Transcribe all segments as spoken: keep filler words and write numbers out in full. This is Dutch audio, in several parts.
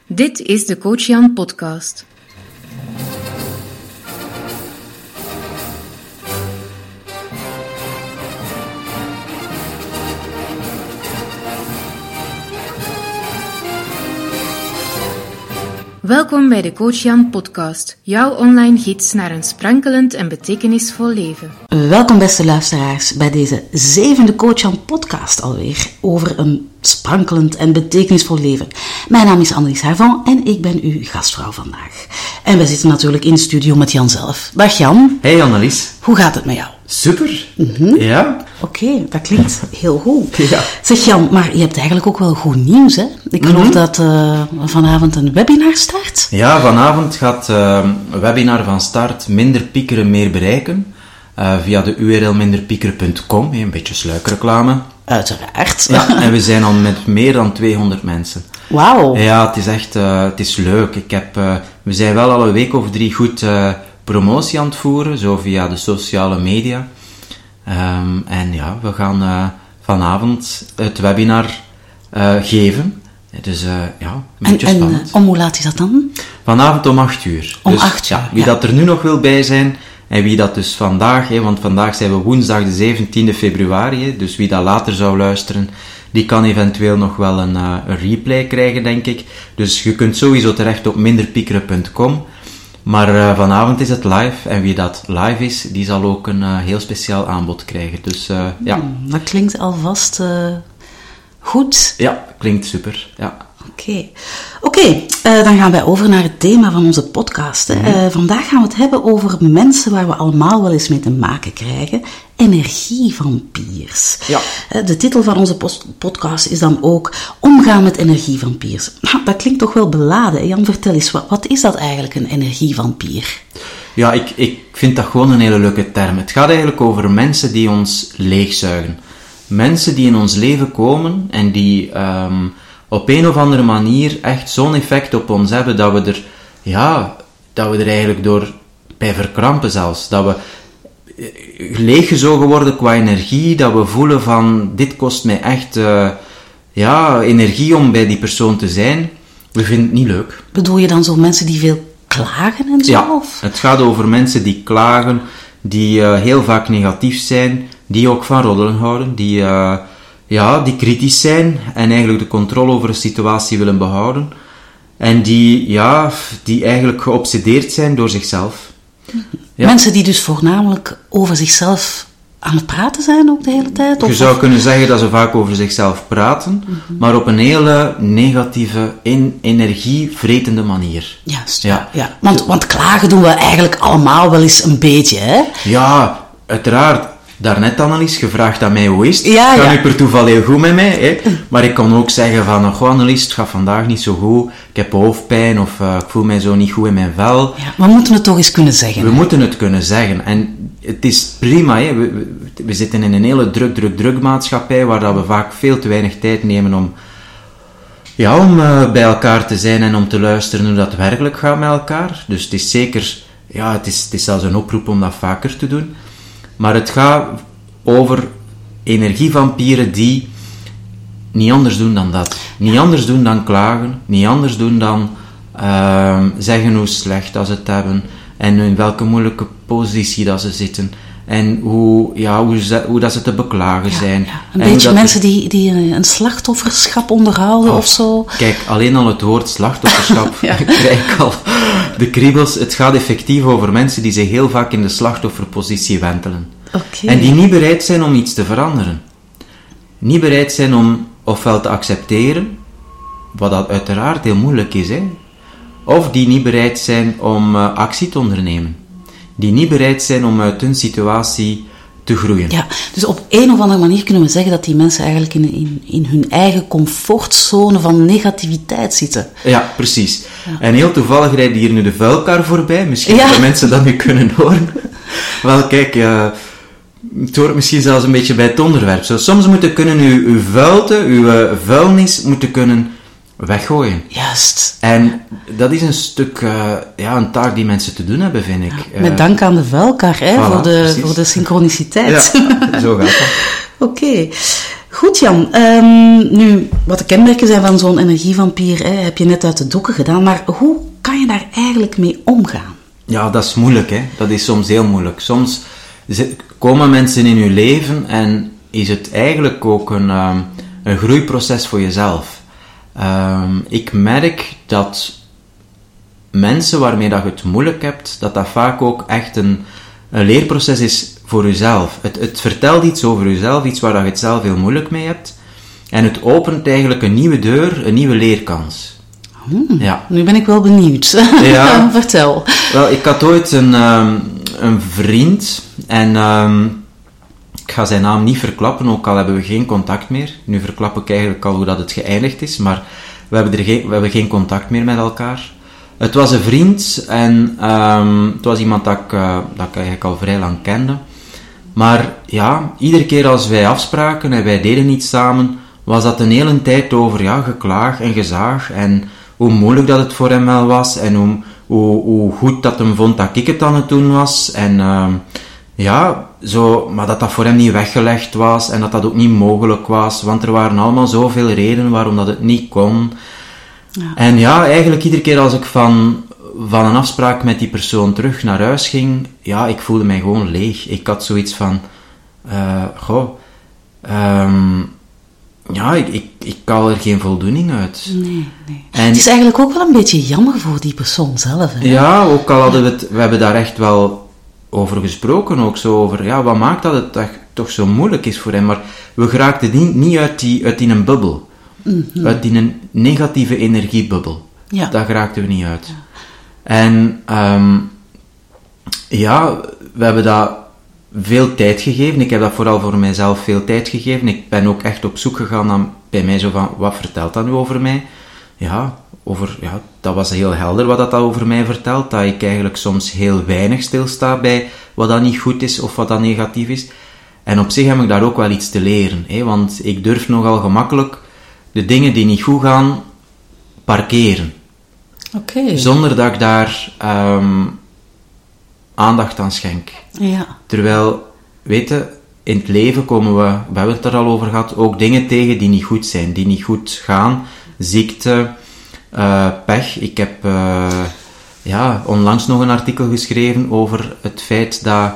Dit is de Coach Jan podcast. Welkom bij de Coach Jan podcast, jouw online gids naar een sprankelend en betekenisvol leven. Welkom beste luisteraars bij deze zevende Coach Jan podcast alweer over een sprankelend en betekenisvol leven. Mijn naam is Annelies Harvan en ik ben uw gastvrouw vandaag. En we zitten natuurlijk in de studio met Jan zelf. Dag Jan. Hey Annelies. Hoe gaat het met jou? Super. Mm-hmm. Ja. Oké, okay, dat klinkt heel goed. Ja. Zeg Jan, maar je hebt eigenlijk ook wel goed nieuws, hè? Ik geloof mm-hmm. dat uh, vanavond een webinar start. Ja, vanavond gaat uh, een webinar van start Minder Piekeren, Meer Bereiken. Uh, via de u r l minder piekeren punt com. Een beetje sluikreclame. Uiteraard. Ja, en we zijn al met meer dan tweehonderd mensen. Wauw. Ja, het is echt uh, het is leuk. Ik heb, uh, we zijn wel al een week of drie goed uh, promotie aan het voeren, zo via de sociale media. Um, en ja, we gaan uh, vanavond het webinar uh, geven. Dus uh, ja, een beetje en, spannend. En om hoe laat is dat dan? Vanavond om acht uur. Om dus, acht uur, ja, Wie ja. dat er nu nog wil bij zijn, en wie dat dus vandaag, hè, want vandaag zijn we woensdag de zeventiende februari, hè, dus wie dat later zou luisteren, die kan eventueel nog wel een, uh, een replay krijgen, denk ik. Dus je kunt sowieso terecht op minder piekeren punt com. Maar uh, vanavond is het live, en wie dat live is, die zal ook een uh, heel speciaal aanbod krijgen. Dus uh, ja. Hmm, dat klinkt alvast uh, goed. Ja, klinkt super, ja. Oké, okay. okay, uh, dan gaan wij over naar het thema van onze podcast. Hè. Mm-hmm. Uh, vandaag gaan we het hebben over mensen waar we allemaal wel eens mee te maken krijgen. Energievampiers. Ja. Uh, de titel van onze post- podcast is dan ook Omgaan met energievampiers. Nou, dat klinkt toch wel beladen. Hè? Jan, vertel eens, wat, wat is dat eigenlijk, een energievampier? Ja, ik, ik vind dat gewoon een hele leuke term. Het gaat eigenlijk over mensen die ons leegzuigen. Mensen die in ons leven komen en die um, op een of andere manier echt zo'n effect op ons hebben dat we er, ja, dat we er eigenlijk door bij verkrampen zelfs. Dat we leeggezogen worden qua energie, dat we voelen van, dit kost mij echt uh, ja, energie om bij die persoon te zijn. We vinden het niet leuk. Bedoel je dan zo mensen die veel klagen en zo? Ja, of? Het gaat over mensen die klagen, die uh, heel vaak negatief zijn, die ook van roddelen houden, die, uh, ja, die kritisch zijn en eigenlijk de controle over een situatie willen behouden. En die, ja, die eigenlijk geobsedeerd zijn door zichzelf. Ja. Mensen die dus voornamelijk over zichzelf aan het praten zijn ook de hele tijd? Of Je zou kunnen zeggen dat ze vaak over zichzelf praten, mm-hmm. maar op een hele negatieve, in, energievretende manier. Juist, ja. ja. Want, want klagen doen we eigenlijk allemaal wel eens een beetje, hè? Ja, uiteraard. Daarnet, Annelies, gevraagd aan mij hoe is het. Ja, het gaat ja. nu per toeval heel goed met mij, hè? Maar ik kan ook zeggen van, goh Annelies, het gaat vandaag niet zo goed, ik heb hoofdpijn of uh, ik voel mij zo niet goed in mijn vel. Ja, we moeten het toch eens kunnen zeggen. We hè? moeten het kunnen zeggen. En het is prima, hè? We, we, we zitten in een hele druk, druk, druk maatschappij waar dat we vaak veel te weinig tijd nemen om, ja, om uh, bij elkaar te zijn en om te luisteren hoe dat werkelijk gaat met elkaar. Dus het is zeker, ja, het is, het is zelfs een oproep om dat vaker te doen. Maar het gaat over energievampieren die niet anders doen dan dat. Niet anders doen dan klagen. Niet anders doen dan uh, zeggen hoe slecht dat ze het hebben. En in welke moeilijke positie dat ze zitten. En hoe, ja, hoe, ze, hoe dat ze te beklagen ja, zijn. Ja. Een en beetje dat mensen die, die een slachtofferschap onderhouden oh, of zo. Kijk, alleen al het woord slachtofferschap ja. krijg ik al de kriebels. Het gaat effectief over mensen die zich heel vaak in de slachtofferpositie wentelen. Okay. En die niet bereid zijn om iets te veranderen. Niet bereid zijn om ofwel te accepteren, wat dat uiteraard heel moeilijk is, hè, of die niet bereid zijn om uh, actie te ondernemen. Die niet bereid zijn om uit hun situatie te groeien. Ja, dus op een of andere manier kunnen we zeggen dat die mensen eigenlijk in, in, in hun eigen comfortzone van negativiteit zitten. Ja, precies. Ja. En heel toevallig rijdt hier nu de vuilkar voorbij. Misschien ja. dat mensen dat nu kunnen horen. Wel, kijk, uh, het hoort misschien zelfs een beetje bij het onderwerp. Zo, soms moeten kunnen uw, uw vuilte, uw uh, vuilnis moeten kunnen weggooien. Juist. En dat is een stuk, uh, ja, een taak die mensen te doen hebben, vind ik. Ja, met dank aan de vuilkar, hè, voilà, voor, de, precies. voor de synchroniciteit. Ja, zo gaat dat. Oké. Goed Jan, um, nu wat de kenmerken zijn van zo'n energievampier hè, heb je net uit de doeken gedaan, maar hoe kan je daar eigenlijk mee omgaan? Ja, dat is moeilijk, hè. Dat is soms heel moeilijk. Soms komen mensen in je leven en is het eigenlijk ook een, um, een groeiproces voor jezelf. Um, ik merk dat mensen waarmee dat je het moeilijk hebt, dat dat vaak ook echt een, een leerproces is voor jezelf. Het, het vertelt iets over jezelf, iets waar dat je het zelf heel moeilijk mee hebt. En het opent eigenlijk een nieuwe deur, een nieuwe leerkans. Hmm, ja. Nu ben ik wel benieuwd. Ja. Vertel. Wel, ik had ooit een, um, een vriend en um, ik ga zijn naam niet verklappen, ook al hebben we geen contact meer. Nu verklap ik eigenlijk al hoe dat het geëindigd is, maar we hebben, er geen, we hebben geen contact meer met elkaar. Het was een vriend en um, het was iemand dat ik, uh, dat ik eigenlijk al vrij lang kende. Maar ja, iedere keer als wij afspraken en wij deden iets samen, was dat een hele tijd over ja, geklaag en gezaag en hoe moeilijk dat het voor hem wel was en hoe, hoe, hoe goed dat hem vond dat ik het aan het doen was. En uh, ja, zo, maar dat dat voor hem niet weggelegd was en dat dat ook niet mogelijk was, want er waren allemaal zoveel redenen waarom dat het niet kon. Ja. En ja, eigenlijk iedere keer als ik van, van een afspraak met die persoon terug naar huis ging, ja, ik voelde mij gewoon leeg. Ik had zoiets van, uh, goh, um, ja, ik, ik, ik haal er geen voldoening uit. Nee, nee. En het is eigenlijk ook wel een beetje jammer voor die persoon zelf, hè? Ja, ook al hadden we het, we hebben daar echt wel over gesproken, ook zo over, ja, wat maakt dat het toch, toch zo moeilijk is voor hem, maar we geraakten die, niet uit die, uit die een bubbel. Mm-hmm. Uit die een negatieve energiebubbel. Ja. Daar geraakten we niet uit. Ja. En um, ja, we hebben dat veel tijd gegeven. Ik heb dat vooral voor mijzelf veel tijd gegeven. Ik ben ook echt op zoek gegaan naar bij mij zo van, wat vertelt dat nu over mij? Ja, over, ja, dat was heel helder wat dat over mij vertelt. Dat ik eigenlijk soms heel weinig stilsta bij wat dat niet goed is of wat dat negatief is. En op zich heb ik daar ook wel iets te leren. Hè? Want ik durf nogal gemakkelijk de dingen die niet goed gaan, parkeren. Okay. Zonder dat ik daar um, aandacht aan schenk. Ja. Terwijl, weet je, in het leven komen we, we hebben het er al over gehad, ook dingen tegen die niet goed zijn, die niet goed gaan. Ziekte, uh, pech. Ik heb uh, ja, onlangs nog een artikel geschreven over het feit dat,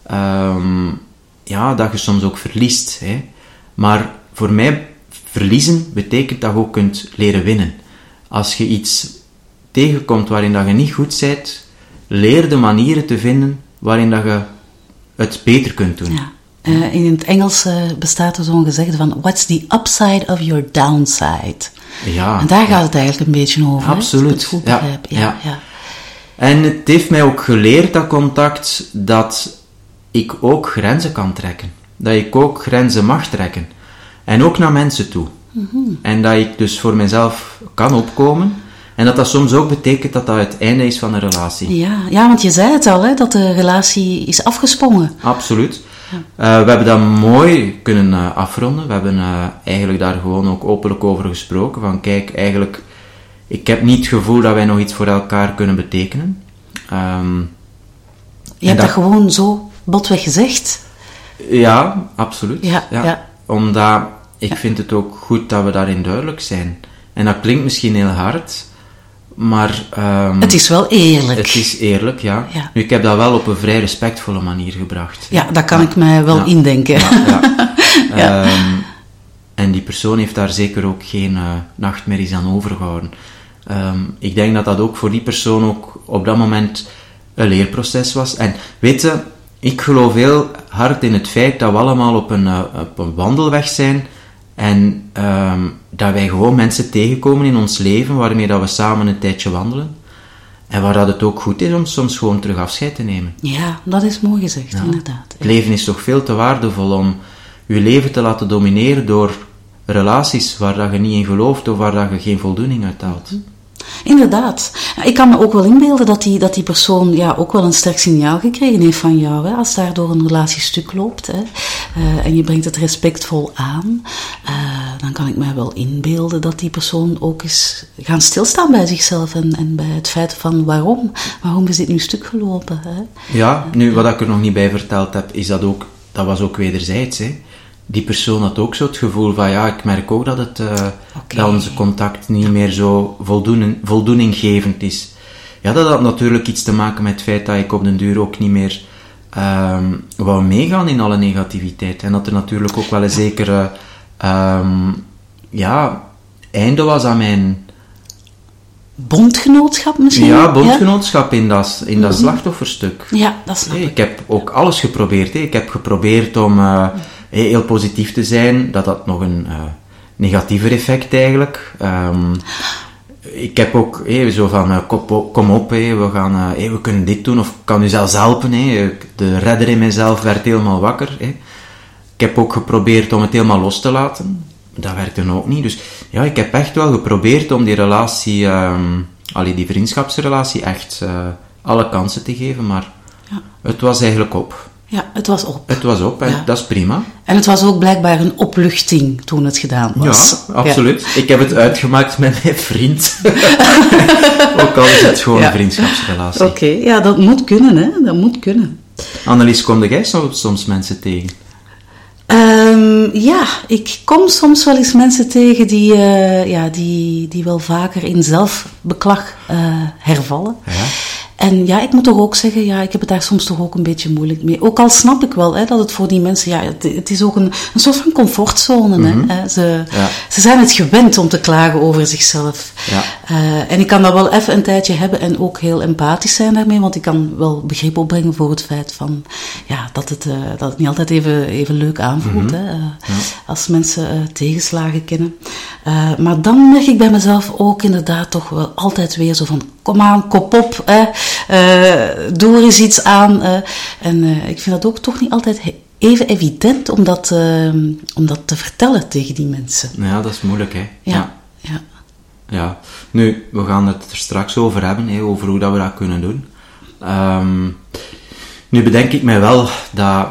um, ja, dat je soms ook verliest. Hè. Maar voor mij verliezen betekent dat je ook kunt leren winnen. Als je iets tegenkomt waarin dat je niet goed bent, leer de manieren te vinden waarin dat je het beter kunt doen. Ja. Uh, in het Engels uh, bestaat er zo'n gezegde van what's the upside of your downside? Ja. En daar gaat het eigenlijk een beetje over. Absoluut. Hè, als ik het goed begrijp. Ja, ja. Ja. En het heeft mij ook geleerd, dat contact, dat ik ook grenzen kan trekken. Dat ik ook grenzen mag trekken. En ook naar mensen toe. Mm-hmm. En dat ik dus voor mezelf kan opkomen. En dat dat soms ook betekent dat dat het einde is van een relatie. Ja, ja, want je zei het al, hè, dat de relatie is afgesprongen. Absoluut. Ja. Uh, we hebben dat mooi kunnen uh, afronden. We hebben uh, eigenlijk daar gewoon ook openlijk over gesproken. Van kijk, eigenlijk, ik heb niet het gevoel dat wij nog iets voor elkaar kunnen betekenen. Um, je hebt dat, dat gewoon zo botweg gezegd? Ja, absoluut. Ja, ja. ja. Omdat ik ja. vind het ook goed dat we daarin duidelijk zijn. En dat klinkt misschien heel hard, maar... Um, het is wel eerlijk. Het is eerlijk, ja. ja. Nu, ik heb dat wel op een vrij respectvolle manier gebracht. Ja, dat kan ja. ik mij wel ja. indenken. Ja, ja. ja. Um, en die persoon heeft daar zeker ook geen uh, nachtmerries aan overgehouden. Um, ik denk dat dat ook voor die persoon ook op dat moment een leerproces was. En weet je, ik geloof heel hard in het feit dat we allemaal op een, uh, op een wandelweg zijn en um, dat wij gewoon mensen tegenkomen in ons leven waarmee dat we samen een tijdje wandelen en waar dat het ook goed is om soms gewoon terug afscheid te nemen. Ja, dat is mooi gezegd, ja. inderdaad. Het leven is toch veel te waardevol om je leven te laten domineren door relaties waar dat je niet in gelooft of waar dat je geen voldoening uit haalt. Inderdaad. Ik kan me ook wel inbeelden dat die, dat die persoon ja, ook wel een sterk signaal gekregen heeft van jou. Hè, als daardoor een relatie stuk loopt hè, uh, en je brengt het respectvol aan, uh, dan kan ik me wel inbeelden dat die persoon ook eens gaan stilstaan bij zichzelf en, en bij het feit van waarom. Waarom is dit nu stuk gelopen? Hè? Ja, nu wat ik er nog niet bij verteld heb, is dat ook, dat was ook wederzijds. Hè. die persoon had ook zo het gevoel van, ja, ik merk ook dat, het, uh, okay. dat onze contact niet meer zo voldoening, voldoeninggevend is. Ja, dat had natuurlijk iets te maken met het feit dat ik op den duur ook niet meer um, wou meegaan in alle negativiteit. En dat er natuurlijk ook wel een zekere um, ja, einde was aan mijn... Bondgenootschap misschien? Ja, bondgenootschap ja? in dat, in dat slachtofferstuk. Ja, dat snap hey, ik. Ik heb ook alles geprobeerd. Hey. Ik heb geprobeerd om uh, hey, heel positief te zijn. Dat had nog een uh, negatiever effect eigenlijk. Um, ik heb ook hey, zo van, uh, kom, kom op, hey, we, gaan, uh, hey, we kunnen dit doen, of ik kan u zelfs helpen. Hey. De redder in mezelf werd helemaal wakker. Hey. Ik heb ook geprobeerd om het helemaal los te laten. Dat werkte ook niet. Dus ja, ik heb echt wel geprobeerd om die relatie, um, allee, die vriendschapsrelatie, echt uh, alle kansen te geven, maar ja. Het was eigenlijk op. Ja, het was op. Het was op en ja. Dat is prima. En het was ook blijkbaar een opluchting toen het gedaan was. Ja, absoluut. Ja. Ik heb het uitgemaakt met mijn vriend. Ook al is het gewoon ja. een vriendschapsrelatie. Oké, okay. Ja, dat moet kunnen, hè. Dat moet kunnen. Annelies, kom jij soms, soms mensen tegen? Um, ja, ik kom soms wel eens mensen tegen die, uh, ja, die, die wel vaker in zelfbeklag uh, hervallen. Ja. En ja, ik moet toch ook zeggen, ja, ik heb het daar soms toch ook een beetje moeilijk mee. Ook al snap ik wel hè, dat het voor die mensen, ja, het, het is ook een, een soort van comfortzone. Mm-hmm. Hè. Ze, ja. ze zijn het gewend om te klagen over zichzelf. Ja. Uh, en ik kan dat wel even een tijdje hebben en ook heel empathisch zijn daarmee, want ik kan wel begrip opbrengen voor het feit van, ja, dat het, uh, dat het niet altijd even, even leuk aanvoelt, mm-hmm. hè, uh, ja. als mensen uh, tegenslagen kennen. Uh, maar dan merk ik bij mezelf ook inderdaad toch wel altijd weer zo van, kom aan, kop op, hè. Uh, doe er eens iets aan. Uh, en uh, ik vind dat ook toch niet altijd even evident om dat, uh, om dat te vertellen tegen die mensen. Ja, dat is moeilijk, hè. Ja, ja. ja. ja. Nu, we gaan het er straks over hebben, hè, over hoe dat we dat kunnen doen. Um, nu bedenk ik mij wel dat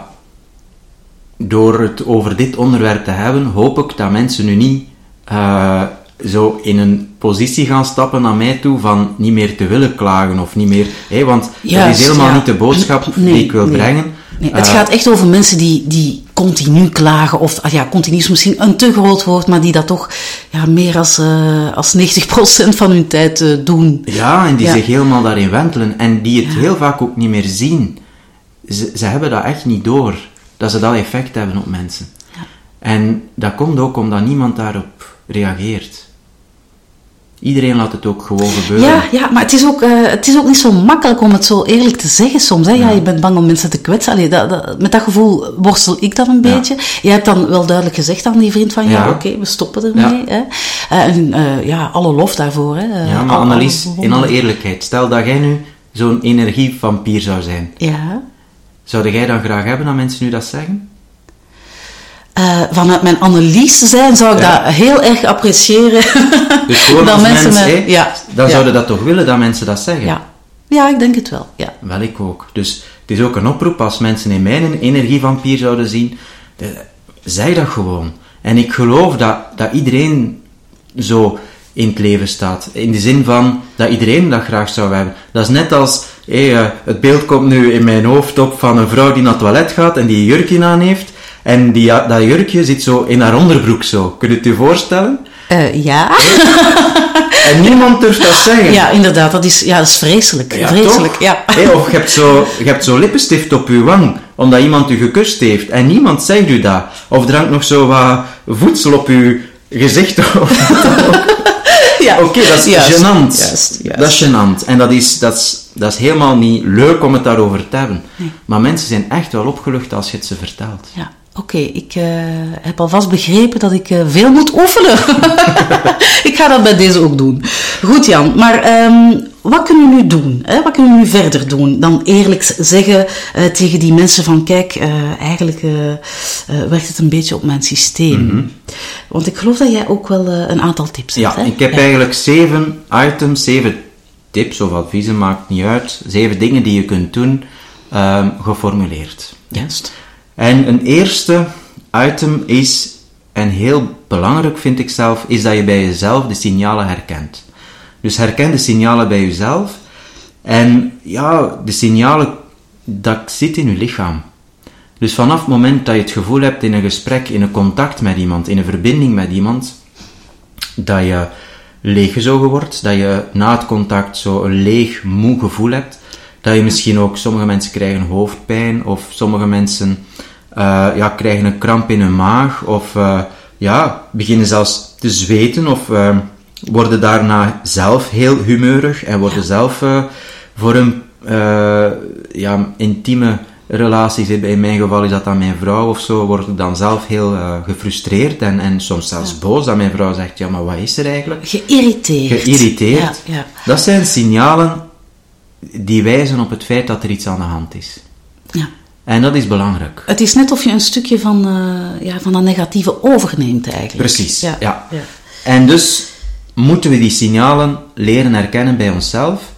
door het over dit onderwerp te hebben, hoop ik dat mensen nu niet uh, zo in een positie gaan stappen naar mij toe van niet meer te willen klagen of niet meer... Hé, want Juist, dat is helemaal ja. niet de boodschap nee, die ik wil nee, brengen. Nee, het uh, gaat echt over mensen die, die continu klagen, of ja, continu is misschien een te groot woord, maar die dat toch ja, meer als, uh, als negentig procent van hun tijd uh, doen. Ja, en die ja. zich helemaal daarin wentelen en die het ja. heel vaak ook niet meer zien. Ze, ze hebben dat echt niet door, dat ze dat effect hebben op mensen. Ja. En dat komt ook omdat niemand daarop reageert. Iedereen laat het ook gewoon gebeuren. Ja, ja maar het is, ook, uh, het is ook niet zo makkelijk om het zo eerlijk te zeggen soms. Hè? Ja, ja je bent bang om mensen te kwetsen. Allee, dat, dat, met dat gevoel worstel ik dan een ja. beetje. Je hebt dan wel duidelijk gezegd aan die vriend van, ja, ja oké, okay, we stoppen ermee. Ja. Hè? Uh, en uh, ja, alle lof daarvoor. Hè? Uh, ja, maar Annelies, in alle eerlijkheid, stel dat jij nu zo'n energievampier zou zijn. Ja. Zou jij dan graag hebben dat mensen nu dat zeggen? Uh, vanuit mijn Annelies te zijn, zou ik ja. dat heel erg appreciëren. Dus gewoon als mensen, mens, me, ja, dan ja. zouden dat toch willen dat mensen dat zeggen? Ja, ja ik denk het wel. Ja. Wel, ik ook. Dus het is ook een oproep als mensen in mij een energievampier zouden zien, de, zeg dat gewoon. En ik geloof dat, dat iedereen zo in het leven staat. In de zin van dat iedereen dat graag zou hebben. Dat is net als, hey, uh, het beeld komt nu in mijn hoofd op van een vrouw die naar het toilet gaat en die een jurkje aan heeft. En die, dat jurkje zit zo in haar onderbroek zo. Kun je het je voorstellen? Uh, ja. En niemand durft dat zeggen. Ja, inderdaad. Dat is, ja, dat is vreselijk. Ja, vreselijk, toch? ja. Hey, of je hebt, zo, je hebt zo lippenstift op je wang, omdat iemand u gekust heeft. En niemand zegt u dat. Of er hangt nog zo wat voedsel op uw gezicht. Ja. Oké, okay, dat is juist, gênant. Juist, juist. Dat is gênant. En dat is, dat, is, dat is helemaal niet leuk om het daarover te hebben. Nee. Maar mensen zijn echt wel opgelucht als je het ze vertelt. Ja. Oké, okay, ik uh, heb alvast begrepen dat ik uh, veel moet oefenen. Ik ga dat bij deze ook doen. Goed Jan, maar um, wat kunnen we nu doen? Hè? Wat kunnen we nu verder doen dan eerlijk zeggen uh, tegen die mensen van kijk, uh, eigenlijk uh, uh, werkt het een beetje op mijn systeem. Mm-hmm. Want ik geloof dat jij ook wel uh, een aantal tips hebt. Ja, hè? ik heb ja. eigenlijk zeven items, zeven tips of adviezen, maakt niet uit. Zeven dingen die je kunt doen, um, geformuleerd. Juist. En een eerste item is, en heel belangrijk vind ik zelf, is dat je bij jezelf de signalen herkent. Dus herken de signalen bij jezelf. En ja, de signalen, dat zit in je lichaam. Dus vanaf het moment dat je het gevoel hebt in een gesprek, in een contact met iemand, in een verbinding met iemand, dat je leeggezogen wordt, dat je na het contact zo een leeg, moe gevoel hebt, dat je misschien ook, sommige mensen krijgen hoofdpijn, of sommige mensen uh, ja, krijgen een kramp in hun maag, of uh, ja, beginnen zelfs te zweten, of uh, worden daarna zelf heel humeurig, en worden zelf uh, voor hun uh, ja, intieme relaties, in mijn geval is dat dan mijn vrouw of zo, word ik dan zelf heel uh, gefrustreerd en, en soms zelfs ja. boos dat mijn vrouw zegt, ja, maar wat is er eigenlijk? Geïrriteerd. Geïrriteerd. Ja, ja. Dat zijn signalen die wijzen op het feit dat er iets aan de hand is. Ja. En dat is belangrijk. Het is net of je een stukje van, uh, ja, van dat negatieve overneemt eigenlijk. Precies, ja. ja. ja. En dus moeten we die signalen leren herkennen bij onszelf.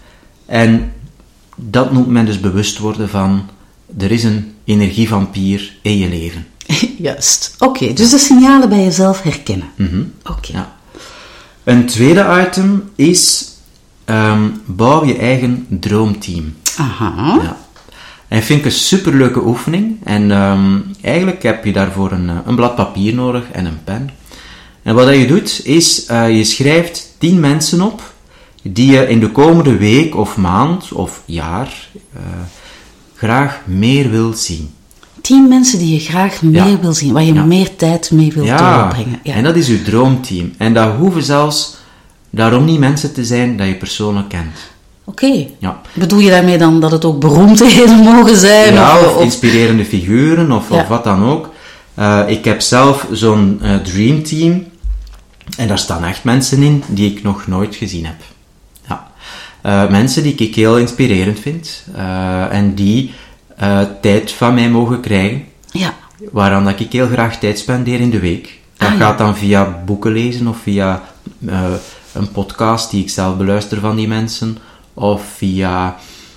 En dat noemt men dus bewust worden van, er is een energievampier in je leven. Juist. Oké, okay, dus de signalen bij jezelf herkennen. Mm-hmm. Oké. Okay. Ja. Een tweede item is, um, bouw je eigen droomteam. Aha. Ja. En vind ik een superleuke oefening. En um, eigenlijk heb je daarvoor een, een blad papier nodig en een pen. En wat je doet, is uh, je schrijft tien mensen op die je in de komende week of maand of jaar uh, graag meer wil zien. Tien mensen die je graag meer ja. wil zien, waar je ja. meer tijd mee wilt ja. doorbrengen. Ja, en dat is je droomteam. En dat hoeven zelfs daarom niet mensen te zijn dat je persoonlijk kent. Oké. Okay. Ja. Bedoel je daarmee dan dat het ook beroemdheden mogen zijn? Ja, of, of inspirerende figuren, of, ja. of wat dan ook. Uh, ik heb zelf zo'n uh, dreamteam, en daar staan echt mensen in die ik nog nooit gezien heb. Ja. Uh, mensen die ik heel inspirerend vind, uh, en die uh, tijd van mij mogen krijgen, ja. waaraan dat ik heel graag tijd spendeer in de week. Dat ah, gaat ja. dan via boeken lezen, of via uh, een podcast die ik zelf beluister van die mensen, of via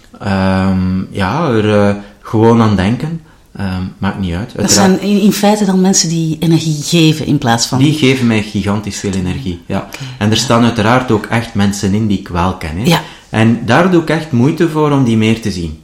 um, ja, er uh, gewoon aan denken. Um, maakt niet uit. Dat zijn in, in feite dan mensen die energie geven in plaats van... Die geven mij gigantisch veel energie, ja. Okay, en er ja. staan uiteraard ook echt mensen in die ik wel ken. Hè. Ja. En daar doe ik echt moeite voor om die meer te zien.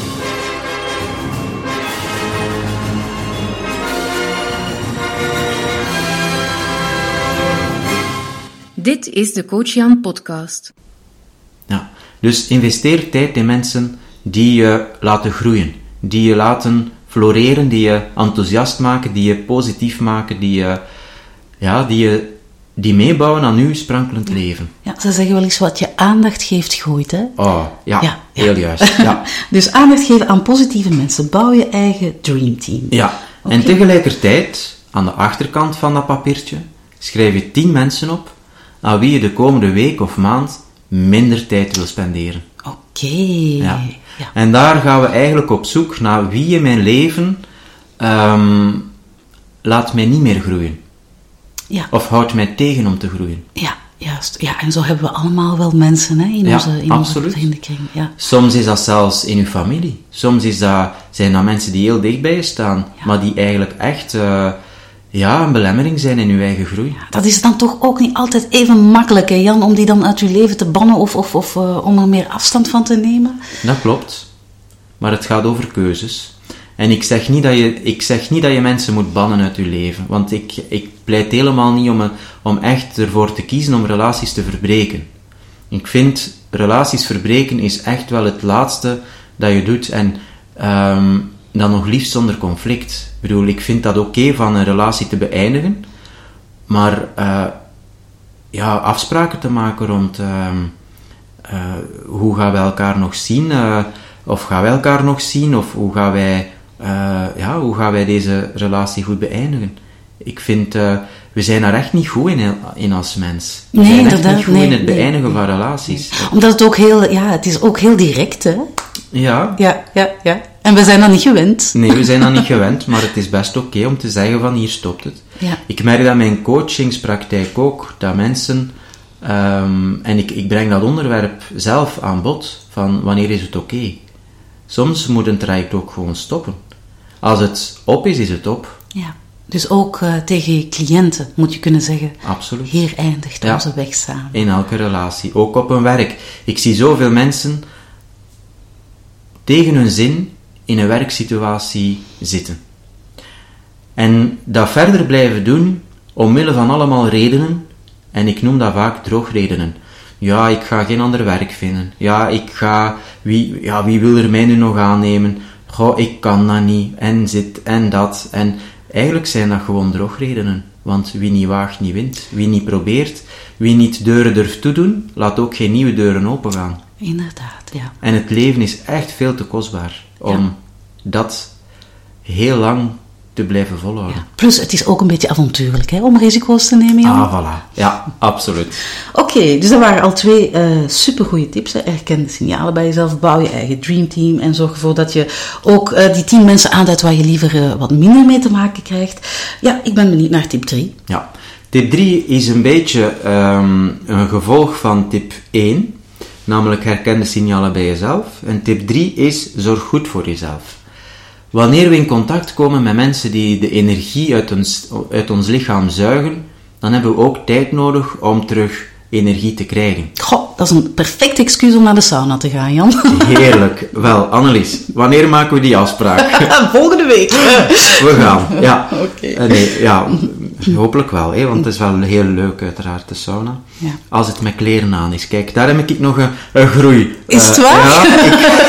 Dit is de Coach Jan podcast. Ja, dus investeer tijd in mensen die je laten groeien, die je laten floreren, die je enthousiast maken, die je positief maken, die je, ja, die je, die meebouwen aan uw sprankelend leven. Ja, ze zeggen wel eens, wat je aandacht geeft, groeit, hè? Oh, ja, ja heel ja. juist. Ja. Dus aandacht geven aan positieve mensen, bouw je eigen dreamteam. Ja, okay. En tegelijkertijd, aan de achterkant van dat papiertje, schrijf je tien mensen op aan wie je de komende week of maand minder tijd wil spenderen. Oké. Okay. Ja. Ja. En daar gaan we eigenlijk op zoek naar wie in mijn leven um, laat mij niet meer groeien. Ja. Of houdt mij tegen om te groeien. Ja, juist. Ja, en zo hebben we allemaal wel mensen, hè, in ja, onze, in absoluut. onze vriendenkring. Ja. Soms is dat zelfs in uw familie. Soms is dat, zijn dat mensen die heel dicht bij je staan, ja. maar die eigenlijk echt uh, ja, een belemmering zijn in uw eigen groei. Ja, dat is dan toch ook niet altijd even makkelijk, hè, Jan, om die dan uit uw leven te bannen of, of, of uh, om er meer afstand van te nemen? Dat klopt. Maar het gaat over keuzes. En ik zeg niet dat je, ik zeg niet dat je mensen moet bannen uit je leven. Want ik, ik pleit helemaal niet om, een, om echt ervoor te kiezen om relaties te verbreken. Ik vind, relaties verbreken is echt wel het laatste dat je doet. En um, dan nog liefst zonder conflict. Ik bedoel, ik vind dat oké okay van een relatie te beëindigen. Maar uh, ja, afspraken te maken rond uh, uh, hoe gaan we elkaar nog zien... Uh, Of gaan wij elkaar nog zien? Of hoe gaan wij, uh, ja, hoe gaan wij deze relatie goed beëindigen? Ik vind, uh, we zijn daar echt niet goed in, in als mens. We nee, zijn echt inderdaad. niet goed nee, in het beëindigen nee, van relaties. Nee. Omdat het ook heel, ja, het is ook heel direct, hè? Ja. Ja, ja, ja. En we zijn dat niet gewend. Nee, we zijn dat niet gewend, maar het is best oké okay om te zeggen van hier stopt het. Ja. Ik merk dat in mijn coachingspraktijk ook, dat mensen, um, en ik, ik breng dat onderwerp zelf aan bod, van wanneer is het oké? Okay? Soms moet een traject ook gewoon stoppen. Als het op is, is het op. Ja, dus ook uh, tegen je cliënten moet je kunnen zeggen... Absoluut. Hier eindigt ja. onze weg samen. In elke relatie, ook op een werk. Ik zie zoveel mensen tegen hun zin in een werksituatie zitten. En dat verder blijven doen, omwille van allemaal redenen, en ik noem dat vaak droogredenen. Ja, ik ga geen ander werk vinden. Ja, ik ga, wie, ja, wie wil er mij nu nog aannemen? Goh, ik kan dat niet, en zit, en dat. En eigenlijk zijn dat gewoon droogredenen. Want wie niet waagt, niet wint. Wie niet probeert, wie niet deuren durft toedoen, laat ook geen nieuwe deuren opengaan. Inderdaad, ja. En het leven is echt veel te kostbaar om ja. dat heel lang te blijven volhouden. Ja. Plus, het is ook een beetje avontuurlijk, hè, om risico's te nemen, Jan. Ah, voilà. Ja, absoluut. Oké, okay, dus dat waren al twee uh, supergoeie tips. Hè. Herken de signalen bij jezelf, bouw je eigen dreamteam en zorg ervoor dat je ook uh, die tien mensen aanduidt waar je liever uh, wat minder mee te maken krijgt. Ja, ik ben benieuwd naar tip drie. Ja, tip drie is een beetje um, een gevolg van tip één, namelijk herken de signalen bij jezelf. En tip drie is zorg goed voor jezelf. Wanneer we in contact komen met mensen die de energie uit ons, uit ons lichaam zuigen, dan hebben we ook tijd nodig om terug energie te krijgen. Goh, dat is een perfect excuus om naar de sauna te gaan, Jan. Heerlijk. Wel, Annelies, wanneer maken we die afspraak? Volgende week. We gaan, ja. Okay. Uh, nee, ja, hopelijk wel, hè, want het is wel heel leuk uiteraard, de sauna. Ja. Als het met kleren aan is. Kijk, daar heb ik nog een, een groei. Is het waar? Uh, ja,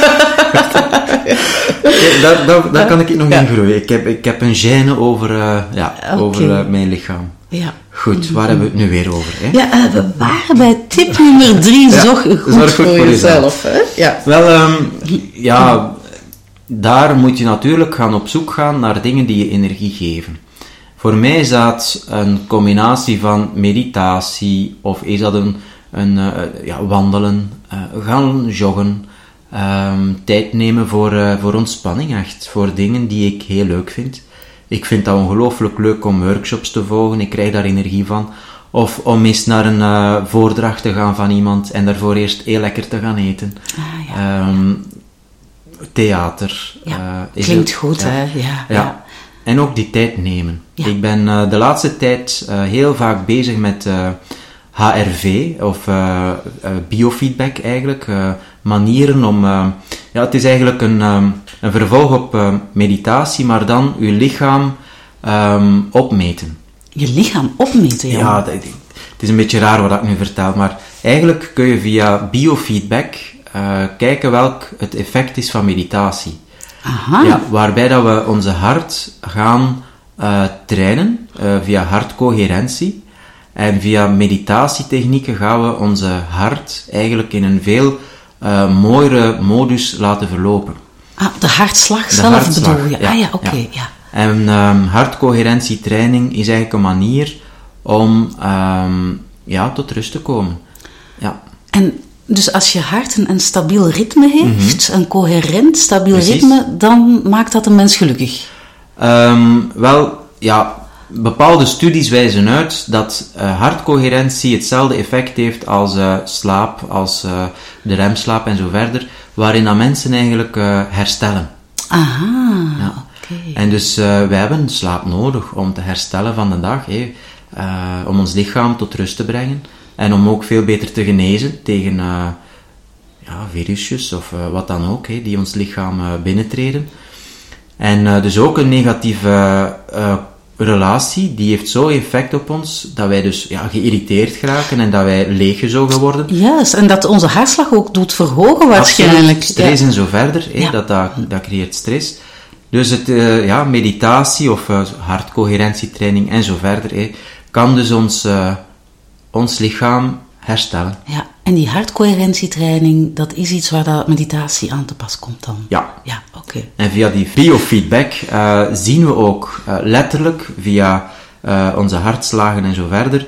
ik, daar, daar, daar kan ik nog ja. in groeien. Ik heb, ik heb een gêne over, uh, ja, okay. over uh, mijn lichaam. Ja. Goed, waar hebben we het nu weer over? Hè? Ja, uh, we waren bij tip nummer drie. Ja, zorg goed, zorg goed voor, voor jezelf. Hè? Ja. Wel, um, ja, daar moet je natuurlijk gaan op zoek gaan naar dingen die je energie geven. Voor mij is dat een combinatie van meditatie, of is dat een, een uh, ja, wandelen, uh, gaan joggen, um, tijd nemen voor, uh, voor ontspanning echt, voor dingen die ik heel leuk vind. Ik vind dat ongelooflijk leuk om workshops te volgen, ik krijg daar energie van. Of om eens naar een uh, voordracht te gaan van iemand en daarvoor eerst heel lekker te gaan eten. Ah, ja, um, theater. Ja, uh, klinkt het, goed, ja, hè? Ja, ja. ja. En ook die tijd nemen. Ja. Ik ben uh, de laatste tijd uh, heel vaak bezig met uh, H R V, of uh, uh, biofeedback eigenlijk. Uh, manieren om... Uh, ja, het is eigenlijk een, um, een vervolg op uh, meditatie, maar dan uw lichaam um, opmeten. Je lichaam opmeten, ja. Ja, dat, het is een beetje raar wat ik nu vertel, maar eigenlijk kun je via biofeedback uh, kijken welk het effect is van meditatie. Aha. Ja, waarbij dat we onze hart gaan uh, trainen uh, via hartcoherentie. En via meditatietechnieken gaan we onze hart eigenlijk in een veel uh, mooiere modus laten verlopen. Ah, de hartslag de zelf hartslag, bedoel je? ja, ah ja, oké, okay, ja. ja. En um, hartcoherentietraining is eigenlijk een manier om um, ja, tot rust te komen. Ja. En dus als je hart een, een stabiel ritme heeft, mm-hmm. een coherent, stabiel Precies. ritme, dan maakt dat een mens gelukkig? Um, wel, ja, bepaalde studies wijzen uit dat uh, hartcoherentie hetzelfde effect heeft als uh, slaap, als uh, de remslaap en zo verder, waarin dat mensen eigenlijk uh, herstellen. Aha, ja. oké. Okay. En dus uh, wij hebben slaap nodig om te herstellen van de dag, hè, uh, om ons lichaam tot rust te brengen en om ook veel beter te genezen tegen uh, ja, virusjes of uh, wat dan ook, hè, die ons lichaam uh, binnentreden. En uh, dus ook een negatieve uh, relatie, die heeft zo effect op ons, dat wij dus ja, geïrriteerd geraken en dat wij leeggezogen worden. Juist, en dat onze hartslag ook doet verhogen waarschijnlijk. Absoluut, stress ja. en zo verder, hè, Ja. dat, dat, dat creëert stress. Dus het, uh, ja, meditatie of uh, hartcoherentietraining en zo verder, hè, kan dus ons, uh, ons lichaam herstellen. Ja, en die hartcoherentietraining, dat is iets waar dat meditatie aan te pas komt dan? Ja. Ja, oké. Okay. En via die biofeedback uh, zien we ook uh, letterlijk via uh, onze hartslagen en zo verder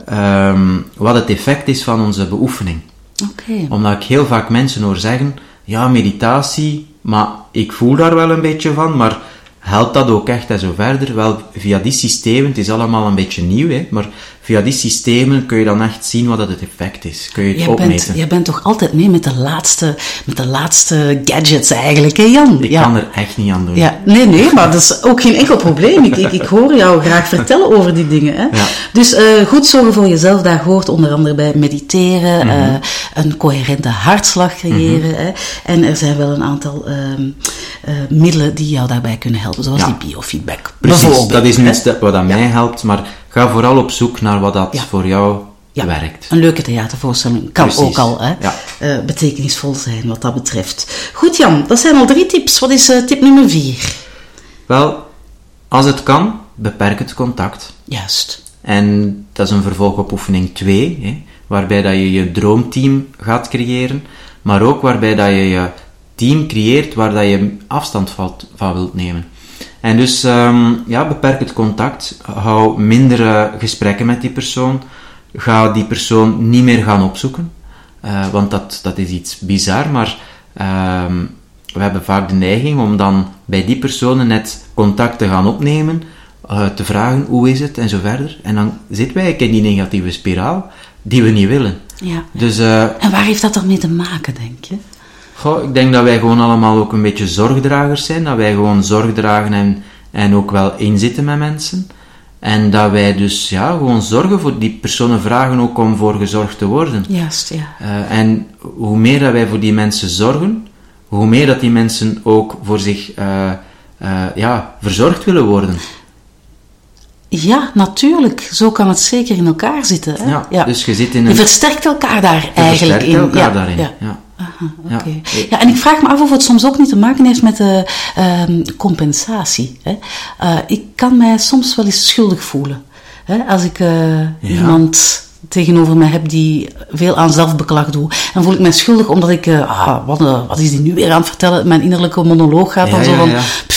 um, wat het effect is van onze beoefening. Oké. Okay. Omdat ik heel vaak mensen hoor zeggen, ja, meditatie, maar ik voel daar wel een beetje van, maar helpt dat ook echt en zo verder? Wel, via die systemen, het is allemaal een beetje nieuw, hè, maar via die systemen kun je dan echt zien wat het effect is. Kun je het jij opmeten. Bent, jij bent toch altijd mee met de laatste, met de laatste gadgets eigenlijk, hè Jan? Ik ja. kan er echt niet aan doen. Ja, nee, nee, maar dat is ook geen enkel probleem. Ik, ik, ik hoor jou graag vertellen over die dingen. Hè? Ja. Dus uh, goed zorgen voor jezelf, daar hoort onder andere bij mediteren, mm-hmm. uh, een coherente hartslag creëren. Mm-hmm. Hè? En er zijn wel een aantal uh, uh, middelen die jou daarbij kunnen helpen, zoals ja. die biofeedback. Precies, dat is nu iets wat aan ja. mij helpt, maar ga vooral op zoek naar wat dat ja. voor jou ja. werkt. Een leuke theatervoorstelling kan Precies. ook al hè, ja. uh, betekenisvol zijn wat dat betreft. Goed Jan, dat zijn al drie tips. Wat is uh, tip nummer vier? Wel, als het kan, beperk het contact. Juist. En dat is een vervolg op oefening twee, hè, waarbij dat je je droomteam gaat creëren, maar ook waarbij dat je je team creëert waar dat je afstand van wilt nemen. En dus, um, ja, beperk het contact, hou mindere gesprekken met die persoon, ga die persoon niet meer gaan opzoeken, uh, want dat, dat is iets bizar, maar um, we hebben vaak de neiging om dan bij die personen net contact te gaan opnemen, uh, te vragen hoe is het en zo verder. En dan zitten wij in die negatieve spiraal die we niet willen. Ja. Dus, uh, en waar heeft dat ermee te maken, denk je? Goh, ik denk dat wij gewoon allemaal ook een beetje zorgdragers zijn, dat wij gewoon zorg dragen en, en ook wel inzitten met mensen. En dat wij dus ja, gewoon zorgen voor die personen, vragen ook om voor gezorgd te worden. Juist, ja. Uh, en hoe meer dat wij voor die mensen zorgen, hoe meer dat die mensen ook voor zich uh, uh, ja, verzorgd willen worden. Ja, natuurlijk. Zo kan het zeker in elkaar zitten. Hè? Ja, ja. Dus je zit in een... Je versterkt elkaar daar je eigenlijk in. Je versterkt elkaar ja, daarin, ja. ja. Aha, ja. Okay. Ja, en ik vraag me af of het soms ook niet te maken heeft met de uh, compensatie. Hè? Uh, ik kan mij soms wel eens schuldig voelen. Hè? Als ik uh, ja. iemand tegenover mij heb die veel aan zelfbeklag doet, dan voel ik mij schuldig omdat ik, uh, ah, wat, uh, wat is die nu weer aan het vertellen? Mijn innerlijke monoloog gaat dan ja, zo ja, van... Ja.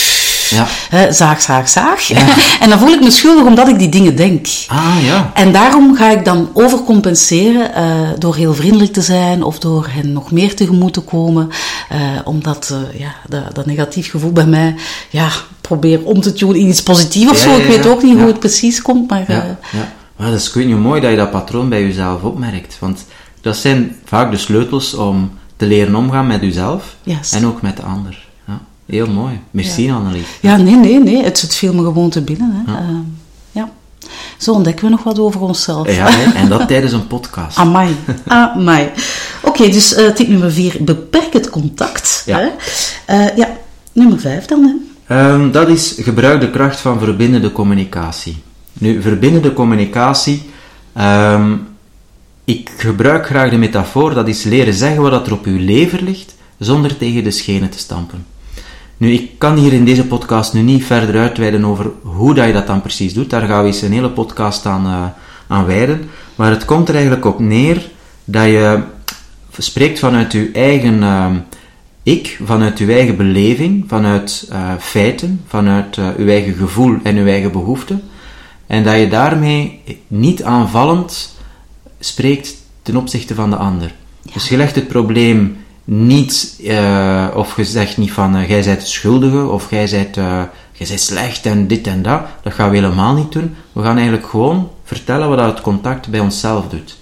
Ja. He, zaag, zaag, zaag. Ja. En dan voel ik me schuldig omdat ik die dingen denk. Ah, ja. En daarom ga ik dan overcompenseren uh, door heel vriendelijk te zijn of door hen nog meer tegemoet te komen. Uh, omdat uh, ja, dat, dat negatief gevoel bij mij ja, probeer om te tunen in iets positiefs of ja, zo. ja, Ik weet ja. ook niet ja. hoe het precies komt. Maar, uh, ja, ja. Maar dat is ik weet niet mooi dat je dat patroon bij jezelf opmerkt. Want dat zijn vaak de sleutels om te leren omgaan met jezelf yes. en ook met de ander. Heel mooi. Merci, ja. Annelies. Ja, nee, nee, nee. Het, het viel me gewoon te binnen. Hè. Ja. Uh, ja. Zo ontdekken we nog wat over onszelf. Ja, hè? En dat tijdens een podcast. Amai. Amai. Oké, okay, dus uh, tip nummer vier. Beperk het contact. Ja. Hè. Uh, ja. Nummer vijf dan. Hè. Um, dat is gebruik de kracht van verbindende communicatie. Nu, verbindende communicatie... Um, ik gebruik graag de metafoor, dat is leren zeggen wat er op uw lever ligt, zonder tegen de schenen te stampen. Nu, ik kan hier in deze podcast nu niet verder uitweiden over hoe dat je dat dan precies doet. Daar gaan we eens een hele podcast aan, uh, aan wijden. Maar het komt er eigenlijk op neer dat je spreekt vanuit je eigen uh, ik, vanuit je eigen beleving, vanuit uh, feiten, vanuit uh, je eigen gevoel en je eigen behoeften. En dat je daarmee niet aanvallend spreekt ten opzichte van de ander. Ja. Dus je legt het probleem niet, uh, of je zegt niet van, uh, jij bent de schuldige, of jij bent, uh, jij bent slecht en dit en dat. Dat gaan we helemaal niet doen. We gaan eigenlijk gewoon vertellen wat het contact bij onszelf doet.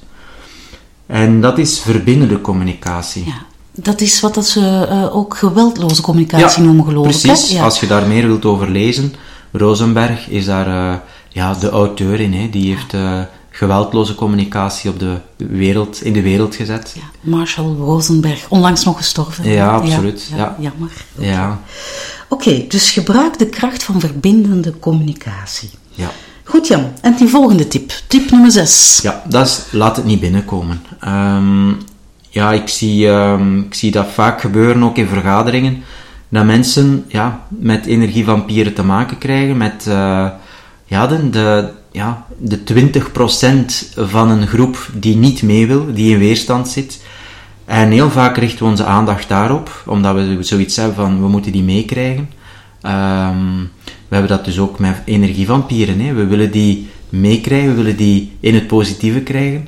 En dat is verbindende communicatie. Ja, dat is wat dat ze uh, ook geweldloze communicatie ja, noemen, geloof precies. ik. Precies, ja. Als je daar meer wilt over lezen, Rosenberg is daar uh, ja, de auteur in. Hè. Die heeft... Uh, geweldloze communicatie op de wereld, in de wereld gezet. Ja, Marshall Rosenberg, onlangs nog gestorven. Ja, absoluut. Ja, ja, ja. Jammer. Ja. Oké, okay, dus gebruik de kracht van verbindende communicatie. Ja. Goed Jan, en die volgende tip, tip nummer zes. Ja, dat is laat het niet binnenkomen. Um, ja, ik zie, um, ik zie dat vaak gebeuren, ook in vergaderingen, dat mensen ja, met energievampieren te maken krijgen, met uh, ja, de... de Ja, de twintig procent van een groep die niet mee wil, die in weerstand zit. En heel vaak richten we onze aandacht daarop, omdat we zoiets hebben van, we moeten die meekrijgen. Um, we hebben dat dus ook met energievampieren. Hè. We willen die meekrijgen, we willen die in het positieve krijgen.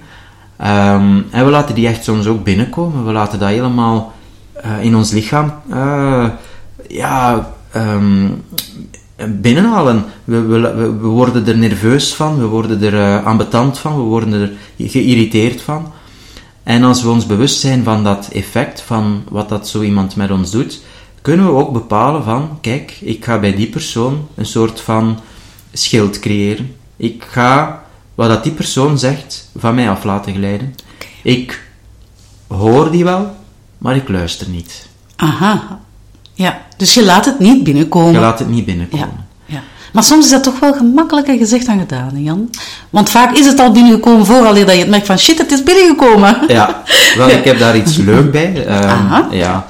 Um, en we laten die echt soms ook binnenkomen. We laten dat helemaal uh, in ons lichaam... Uh, ja... Um, binnenhalen. We, we, we worden er nerveus van, we worden er uh, ambetant van, we worden er geïrriteerd van. En als we ons bewust zijn van dat effect, van wat dat zo iemand met ons doet, kunnen we ook bepalen van, kijk, ik ga bij die persoon een soort van schild creëren. Ik ga, wat dat die persoon zegt, van mij af laten glijden. Ik hoor die wel, maar ik luister niet. Aha. Ja, dus je laat het niet binnenkomen. Je laat het niet binnenkomen. Ja. Ja. Maar soms is dat toch wel gemakkelijker gezegd dan gedaan, hè, Jan? Want vaak is het al binnengekomen vooraleer dat je het merkt van shit, het is binnengekomen. Ja, wel, ik heb daar iets leuk bij. Um, ja.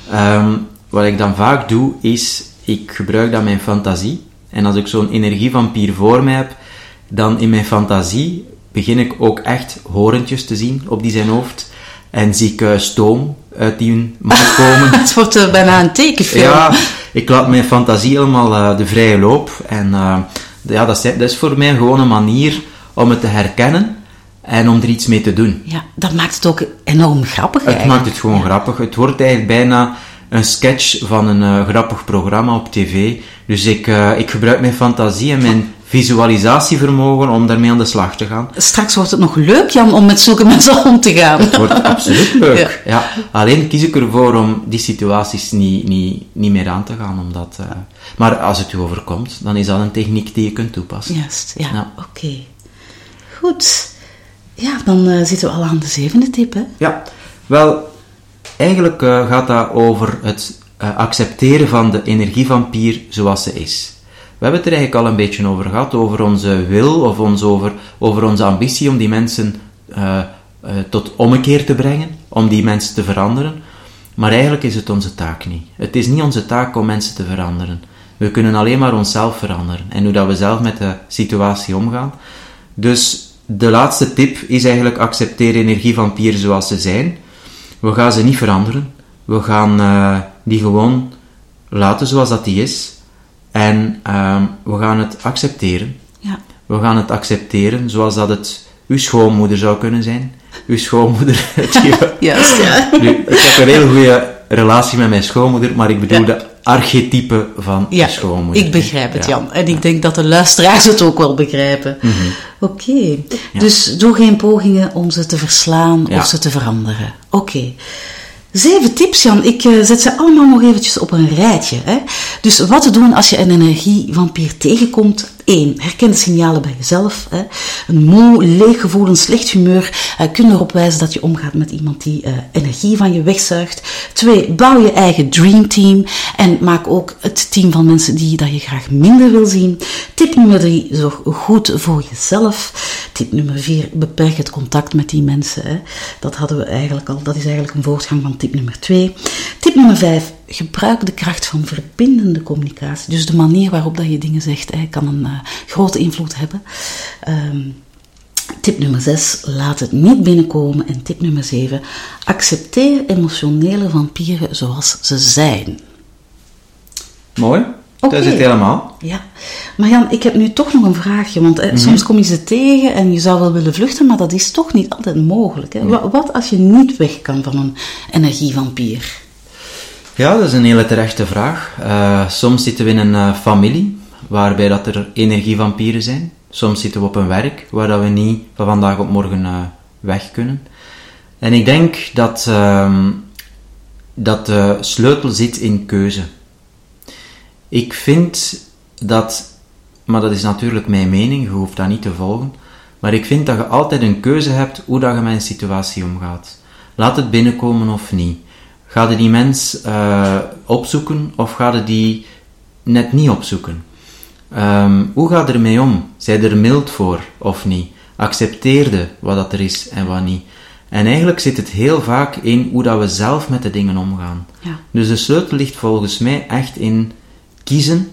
Um, wat ik dan vaak doe, is, ik gebruik dan mijn fantasie. En als ik zo'n energievampier voor mij heb, dan in mijn fantasie begin ik ook echt horentjes te zien op die zijn hoofd. En zie ik uh, stoom uit die mond komen. Het wordt uh, bijna een tekenfilm. Ja, ik laat mijn fantasie helemaal uh, de vrije loop. En uh, ja, dat is, dat is voor mij gewoon een manier om het te herkennen en om er iets mee te doen. Ja, dat maakt het ook enorm grappig Het eigenlijk. maakt het gewoon ja. grappig. Het wordt eigenlijk bijna een sketch van een uh, grappig programma op tv. Dus ik, uh, ik gebruik mijn fantasie en mijn visualisatievermogen om daarmee aan de slag te gaan. Straks wordt het nog leuk, Jan, om met zulke mensen om te gaan. Het wordt absoluut leuk. Ja. Ja. Alleen kies ik ervoor om die situaties niet, niet, niet meer aan te gaan. Omdat, uh, maar als het u overkomt, dan is dat een techniek die je kunt toepassen. Juist, ja. ja. Oké. Okay. Goed. Ja, dan uh, zitten we al aan de zevende tip, hè? Ja. Wel, eigenlijk uh, gaat dat over het uh, accepteren van de energievampier zoals ze is. We hebben het er eigenlijk al een beetje over gehad, over onze wil of ons over, over onze ambitie om die mensen uh, uh, tot ommekeer te brengen, om die mensen te veranderen. Maar eigenlijk is het onze taak niet. Het is niet onze taak om mensen te veranderen. We kunnen alleen maar onszelf veranderen en hoe dat we zelf met de situatie omgaan. Dus de laatste tip is eigenlijk accepteer energievampieren zoals ze zijn. We gaan ze niet veranderen. We gaan uh, die gewoon laten zoals dat die is. En uh, we gaan het accepteren. Ja. We gaan het accepteren zoals dat het uw schoonmoeder zou kunnen zijn. Uw schoonmoeder. Juist, ja. Nu, ik heb een heel goede relatie met mijn schoonmoeder, maar ik bedoel ja. de archetype van ja, de schoonmoeder. Ik begrijp het, ja. Jan. En ik denk dat de luisteraars het ook wel begrijpen. Mm-hmm. Oké. Okay. Ja. Dus doe geen pogingen om ze te verslaan ja. of ze te veranderen. Oké. Okay. Zeven tips, Jan. Ik uh, zet ze allemaal nog eventjes op een rijtje. Hè? Dus wat te doen als je een energievampier tegenkomt. Eén, herken de signalen bij jezelf. Hè? Een moe, leeg gevoel, een slecht humeur. Uh, kun erop wijzen dat je omgaat met iemand die uh, energie van je wegzuigt. Twee, bouw je eigen dreamteam. En maak ook het team van mensen die dat je graag minder wil zien. Tip nummer drie, zorg goed voor jezelf. Tip nummer vier, beperk het contact met die mensen. Hè? Dat hadden we eigenlijk al. Dat is eigenlijk een voortgang van tip nummer twee. Tip nummer vijf, gebruik de kracht van verbindende communicatie. Dus de manier waarop dat je dingen zegt, hè, kan een uh, grote invloed hebben. Um, tip nummer zes, laat het niet binnenkomen. En tip nummer zeven, accepteer emotionele vampieren zoals ze zijn. Mooi. Okay. Dat is het helemaal. Ja, maar Jan, ik heb nu toch nog een vraagje, want eh, mm-hmm. soms kom je ze tegen en je zou wel willen vluchten, maar dat is toch niet altijd mogelijk. Hè? Nee. Wat, wat als je niet weg kan van een energievampier? Ja, dat is een hele terechte vraag. Uh, soms zitten we in een uh, familie, waarbij dat er energievampieren zijn. Soms zitten we op een werk, waar dat we niet van vandaag op morgen uh, weg kunnen. En ik denk dat, uh, dat de sleutel zit in keuze. Ik vind dat, maar dat is natuurlijk mijn mening, je hoeft dat niet te volgen, maar ik vind dat je altijd een keuze hebt hoe dat je met een situatie omgaat. Laat het binnenkomen of niet. Ga je die mens uh, opzoeken of ga je die net niet opzoeken? Um, hoe ga je ermee om? Zij er mild voor of niet? Accepteerde wat dat er is en wat niet? En eigenlijk zit het heel vaak in hoe dat we zelf met de dingen omgaan. Ja. Dus de sleutel ligt volgens mij echt in kiezen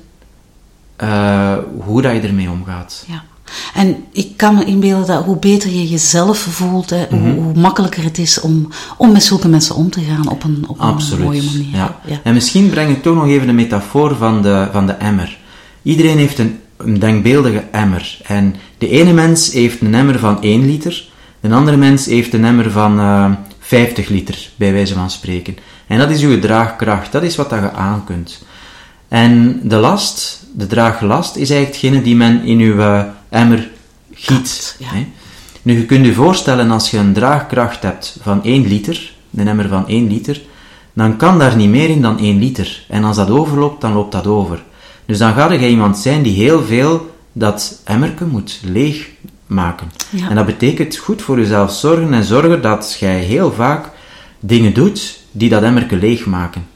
uh, hoe dat je ermee omgaat. Ja. En ik kan me inbeelden dat hoe beter je jezelf voelt, hè, mm-hmm. hoe, hoe makkelijker het is om, om met zulke mensen om te gaan op een, op een mooie manier. Ja. Ja. En misschien breng ik toch nog even de metafoor van de, van de emmer. Iedereen heeft een, een denkbeeldige emmer. En de ene mens heeft een emmer van één liter, de andere mens heeft een emmer van uh, vijftig liter, bij wijze van spreken. En dat is uw draagkracht, dat is wat dat je aan kunt. En de last, de draaglast, is eigenlijk hetgene die men in uw uh, emmer giet. Ja. Hè? Nu, je kunt je voorstellen, als je een draagkracht hebt van één liter, een emmer van één liter, dan kan daar niet meer in dan één liter. En als dat overloopt, dan loopt dat over. Dus dan ga je iemand zijn die heel veel dat emmerke moet leegmaken. Ja. En dat betekent goed voor jezelf zorgen en zorgen dat jij heel vaak dingen doet die dat emmerke leegmaken.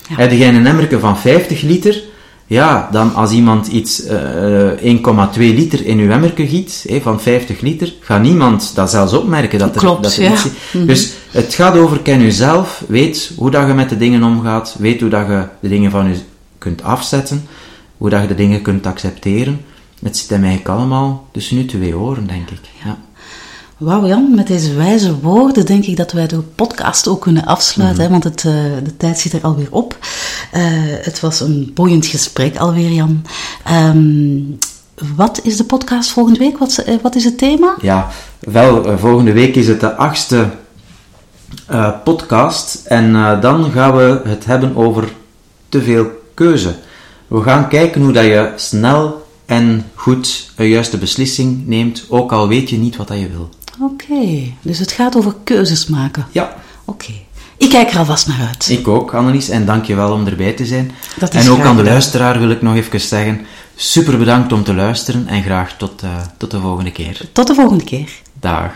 Ja. Heb jij een emmerke van vijftig liter, ja, dan als iemand iets uh, één komma twee liter in uw emmerke giet, hey, van vijftig liter, gaat niemand dat zelfs opmerken. Dat er, Klopt, dat er ja. iets... Mm-hmm. Dus het gaat over ken jezelf, weet hoe dat je met de dingen omgaat, weet hoe dat je de dingen van je kunt afzetten, hoe dat je de dingen kunt accepteren. Het zit hem eigenlijk allemaal tussen je twee oren, denk ik. Ja. Wauw Jan, met deze wijze woorden denk ik dat wij de podcast ook kunnen afsluiten, mm-hmm. hè, want het, uh, de tijd zit er alweer op. Uh, het was een boeiend gesprek alweer, Jan. Um, wat is de podcast volgende week? Wat, uh, wat is het thema? Ja, wel, uh, volgende week is het de achtste uh, podcast en uh, dan gaan we het hebben over te veel keuze. We gaan kijken hoe dat je snel en goed een juiste beslissing neemt, ook al weet je niet wat dat je wil. Oké, okay, dus het gaat over keuzes maken. Ja. Oké. Okay. Ik kijk er alvast naar uit. Ik ook, Annelies, en dank je wel om erbij te zijn. Dat is en ook aan de gedaan. luisteraar wil ik nog even zeggen, super bedankt om te luisteren en graag tot, uh, tot de volgende keer. Tot de volgende keer. Dag.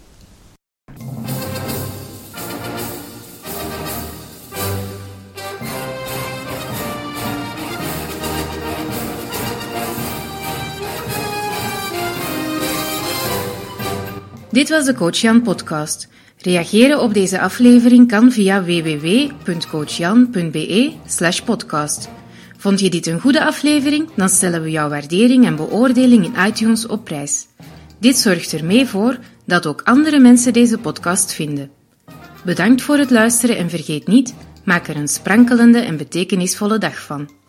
Dit was de Coach Jan podcast. Reageren op deze aflevering kan via w w w punt coachjan punt b e slash podcast. Vond je dit een goede aflevering? Dan stellen we jouw waardering en beoordeling in iTunes op prijs. Dit zorgt er mee voor dat ook andere mensen deze podcast vinden. Bedankt voor het luisteren en vergeet niet, maak er een sprankelende en betekenisvolle dag van.